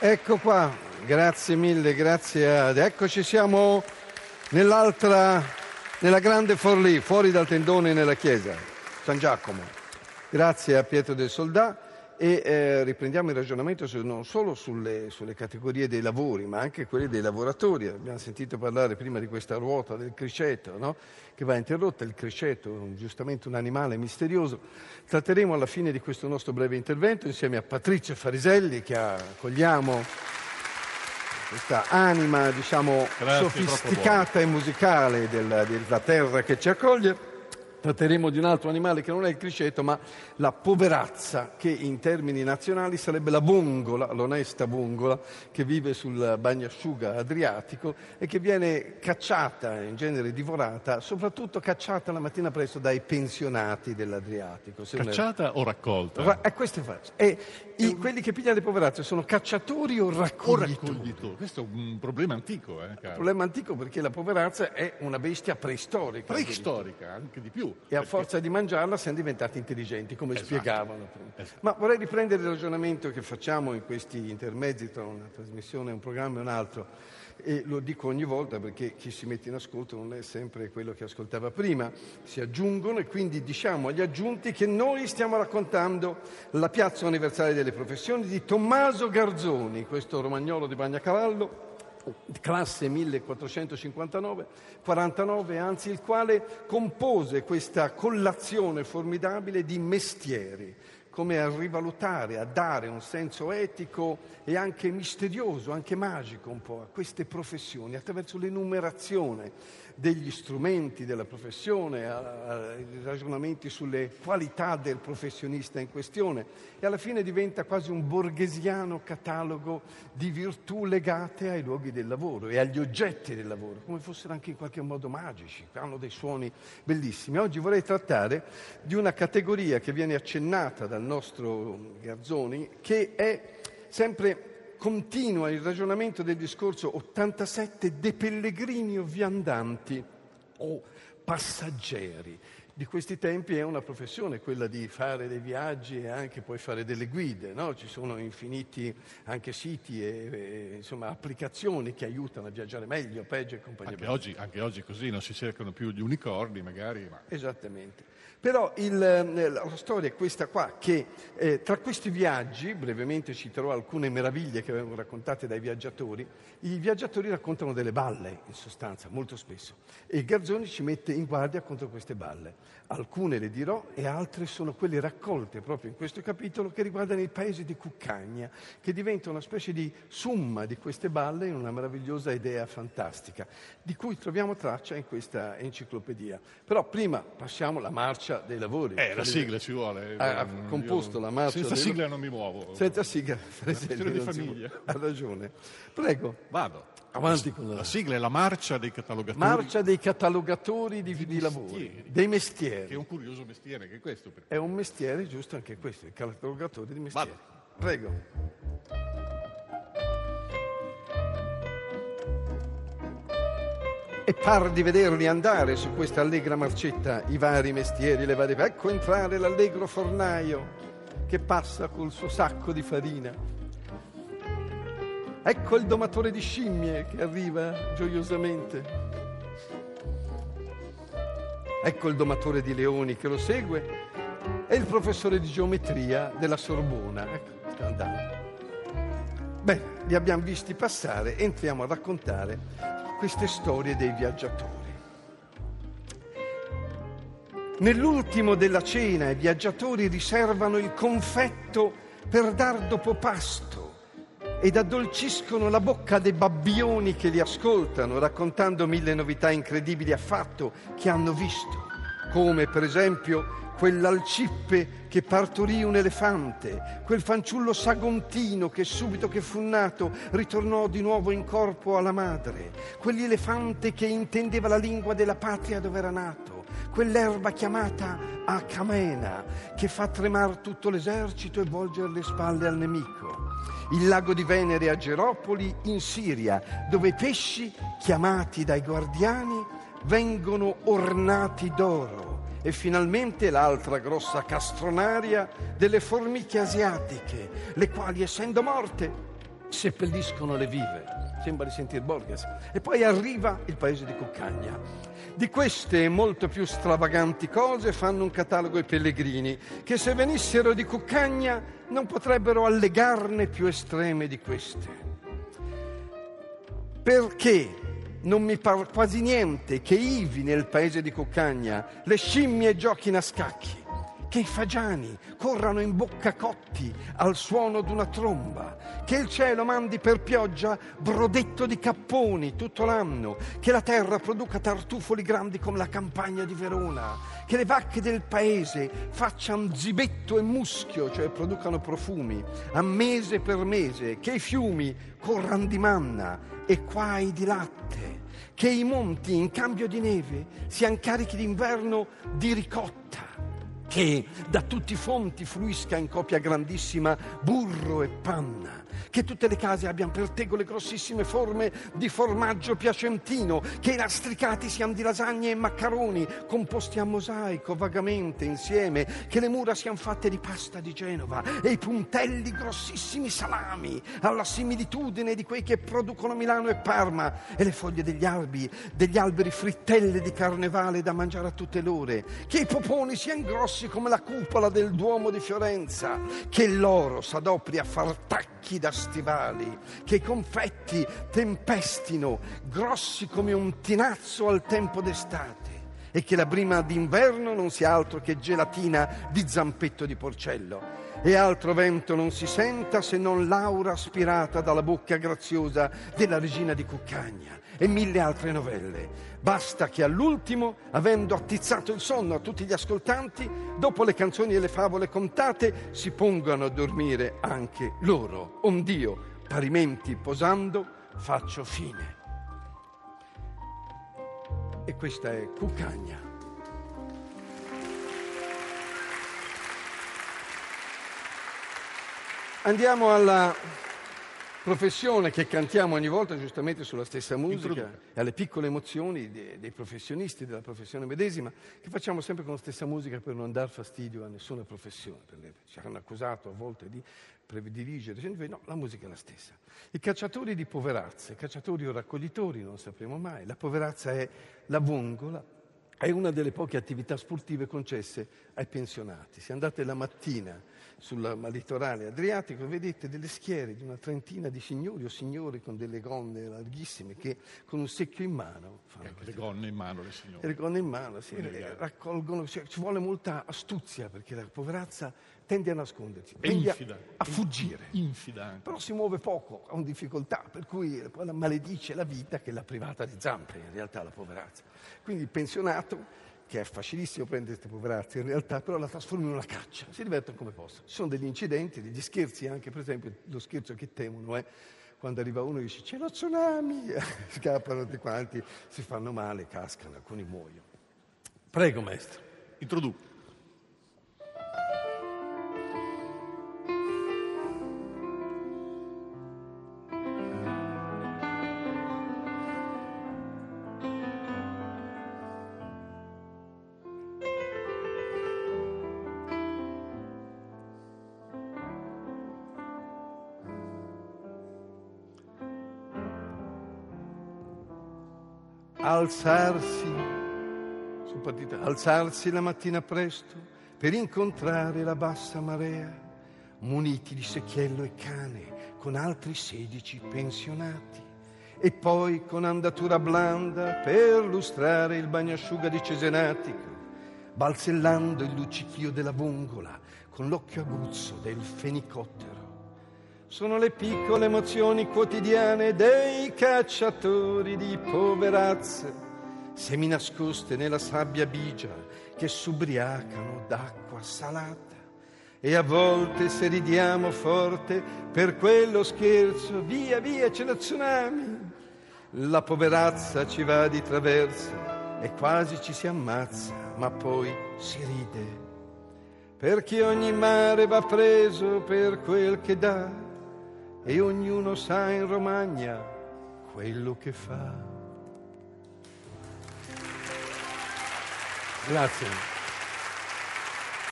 Ecco qua, grazie mille, eccoci, siamo nella grande Forlì, fuori dal tendone nella chiesa, San Giacomo. Grazie a Pietro del Soldà e riprendiamo il ragionamento non solo sulle categorie dei lavori, ma anche quelle dei lavoratori. Abbiamo sentito parlare prima di questa ruota del criceto, no? Che va interrotta. Il criceto, giustamente un animale misterioso. Tratteremo alla fine di questo nostro breve intervento insieme a Patrizio Fariselli, che accogliamo, questa anima, diciamo, sofisticata e musicale della terra che ci accoglie. Tratteremo di un altro animale che non è il criceto, ma la poverazza, che in termini nazionali sarebbe la bongola, l'onesta bongola, che vive sul bagnasciuga adriatico e che viene cacciata, in genere divorata, soprattutto cacciata la mattina presto dai pensionati dell'Adriatico. Cacciata o raccolta? Questo è facile. Quelli che pigliano le poverazze sono cacciatori o raccoglitori? Questo è un problema antico, caro. Un problema antico, perché la poverazza è una bestia preistorica. Preistorica, anche di più. E a forza di mangiarla siamo diventati intelligenti, come spiegavano prima. Esatto. Ma vorrei riprendere il ragionamento che facciamo in questi intermezzi tra una trasmissione, un programma e un altro. E lo dico ogni volta perché chi si mette in ascolto non è sempre quello che ascoltava prima. Si aggiungono e quindi diciamo agli aggiunti che noi stiamo raccontando la piazza universale delle professioni di Tommaso Garzoni, questo romagnolo di Bagnacavallo, classe 1459, anzi, il quale compose questa collazione formidabile di mestieri, come a rivalutare, a dare un senso etico e anche misterioso, anche magico un po' a queste professioni, attraverso l'enumerazione degli strumenti della professione, i ragionamenti sulle qualità del professionista in questione, e alla fine diventa quasi un borghesiano catalogo di virtù legate ai luoghi del lavoro e agli oggetti del lavoro, come fossero anche in qualche modo magici, hanno dei suoni bellissimi. Oggi vorrei trattare di una categoria che viene accennata dal nostro Garzoni, che è sempre continua il ragionamento del discorso 87 dei pellegrini o viandanti o passeggeri. Di questi tempi è una professione quella di fare dei viaggi e anche poi fare delle guide, no? Ci sono infiniti anche siti e insomma applicazioni che aiutano a viaggiare meglio, peggio e compagnia. Anche oggi così non si cercano più gli unicorni magari. Ma... Esattamente. Però la storia è questa qua, che tra questi viaggi, brevemente citerò alcune meraviglie che vengono raccontate dai viaggiatori. I viaggiatori raccontano delle balle, in sostanza, molto spesso, e Garzoni ci mette in guardia contro queste balle. Alcune le dirò e altre sono quelle raccolte proprio in questo capitolo, che riguardano il paese di Cuccagna, che diventa una specie di summa di queste balle in una meravigliosa idea fantastica, di cui troviamo traccia in questa enciclopedia. Però prima passiamo alla marcia dei lavori. La sigla ci vuole. Ha composto la marcia. Senza sigla non mi muovo. Senza sigla, di famiglia. Ha ragione. Prego. Vado. Avanti con la sigla è la marcia dei catalogatori. Marcia dei catalogatori di lavori, dei mestieri. Che è un curioso mestiere, che è questo. È un mestiere, giusto, anche questo, il catalogatore di mestieri. Vado. Prego. E par di vederli andare su questa allegra marcetta, i vari mestieri, le varie... Ecco entrare l'allegro fornaio che passa col suo sacco di farina. Ecco il domatore di scimmie che arriva gioiosamente. Ecco il domatore di leoni che lo segue e il professore di geometria della Sorbona. Ecco, sta andando. Bene, li abbiamo visti passare, entriamo a raccontare queste storie dei viaggiatori. Nell'ultimo della cena i viaggiatori riservano il confetto per dar dopo pasto ed addolciscono la bocca dei babbioni che li ascoltano, raccontando mille novità incredibili affatto che hanno visto, come per esempio quell'alcippe che partorì un elefante, quel fanciullo sagontino che subito che fu nato ritornò di nuovo in corpo alla madre, quell'elefante che intendeva la lingua della patria dove era nato, quell'erba chiamata acamena che fa tremar tutto l'esercito e volgere le spalle al nemico, il lago di Venere a Geropoli in Siria, dove i pesci, chiamati dai guardiani, vengono ornati d'oro, e finalmente l'altra grossa castronaria delle formiche asiatiche, le quali, essendo morte, seppelliscono le vive. Sembra di sentire Borges. E poi arriva il paese di Cuccagna. Di queste e molto più stravaganti cose fanno un catalogo i pellegrini, che se venissero di Cuccagna non potrebbero allegarne più estreme di queste. Perché non mi par quasi niente che ivi nel paese di Cuccagna le scimmie giochino a scacchi, che i fagiani corrano in bocca cotti al suono d'una tromba, che il cielo mandi per pioggia brodetto di capponi tutto l'anno, che la terra produca tartufoli grandi come la campagna di Verona, che le vacche del paese facciano zibetto e muschio, cioè producano profumi, a mese per mese, che i fiumi corran di manna e quai di latte, che i monti in cambio di neve siano carichi d'inverno di ricotta, che da tutti i fonti fluisca in copia grandissima burro e panna, che tutte le case abbiano per tegole grossissime forme di formaggio piacentino, che i lastricati siano di lasagne e maccaroni composti a mosaico vagamente insieme, che le mura siano fatte di pasta di Genova e i puntelli grossissimi salami alla similitudine di quei che producono Milano e Parma, e le foglie degli alberi frittelle di carnevale da mangiare a tutte l'ore, che i poponi siano grossi come la cupola del Duomo di Fiorenza, che l'oro s'adopri a far tacchi da stivali, che i confetti tempestino grossi come un tinazzo al tempo d'estate, e che la brima d'inverno non sia altro che gelatina di zampetto di porcello, e altro vento non si senta se non l'aura aspirata dalla bocca graziosa della regina di Cuccagna, e 1000 altre novelle. Basta che all'ultimo, avendo attizzato il sonno a tutti gli ascoltanti, dopo le canzoni e le favole contate, si pongano a dormire anche loro, ond'io, parimenti posando, faccio fine. E questa è Cuccagna. Andiamo alla professione che cantiamo ogni volta giustamente sulla stessa musica, e alle piccole emozioni dei professionisti della professione medesima, che facciamo sempre con la stessa musica per non dar fastidio a nessuna professione. Ci hanno accusato a volte di prediligere, no, la musica è la stessa. I cacciatori di poverazze, cacciatori o raccoglitori, non sapremo mai. La poverazza è la vongola, è una delle poche attività sportive concesse ai pensionati. Se andate la mattina sul litorale adriatico vedete delle schiere di una trentina di signori o signore con delle gonne larghissime che con un secchio in mano fanno le gonne in mano, le signore. Le gonne in mano, sì, raccolgono, ci vuole molta astuzia perché la poverazza tende a nascondersi, tende a fuggire. Infida anche. Però si muove poco, ha una difficoltà, per cui poi la maledice la vita che l'ha privata di zampe, in realtà la poverazza. Quindi il pensionato, che è facilissimo prendere queste poverazze, in realtà però la trasforma in una caccia, si divertono come possono. Ci sono degli incidenti, degli scherzi anche, per esempio lo scherzo che temono è quando arriva uno e dice c'è lo tsunami, scappano tutti quanti, si fanno male, cascano, alcuni muoiono. Prego maestro. Introduco. Alzarsi la mattina presto per incontrare la bassa marea, muniti di secchiello e cane, con altri 16 pensionati, e poi con andatura blanda per lustrare il bagnasciuga di Cesenatico, balzellando il luccichio della vongola con l'occhio aguzzo del fenicottero. Sono le piccole emozioni quotidiane dei cacciatori di poverazze, seminascoste nella sabbia bigia che s'ubriacano d'acqua salata. E a volte se ridiamo forte per quello scherzo, via via c'è lo tsunami, la poverazza ci va di traverso e quasi ci si ammazza, ma poi si ride, perché ogni mare va preso per quel che dà e ognuno sa in Romagna quello che fa. Grazie.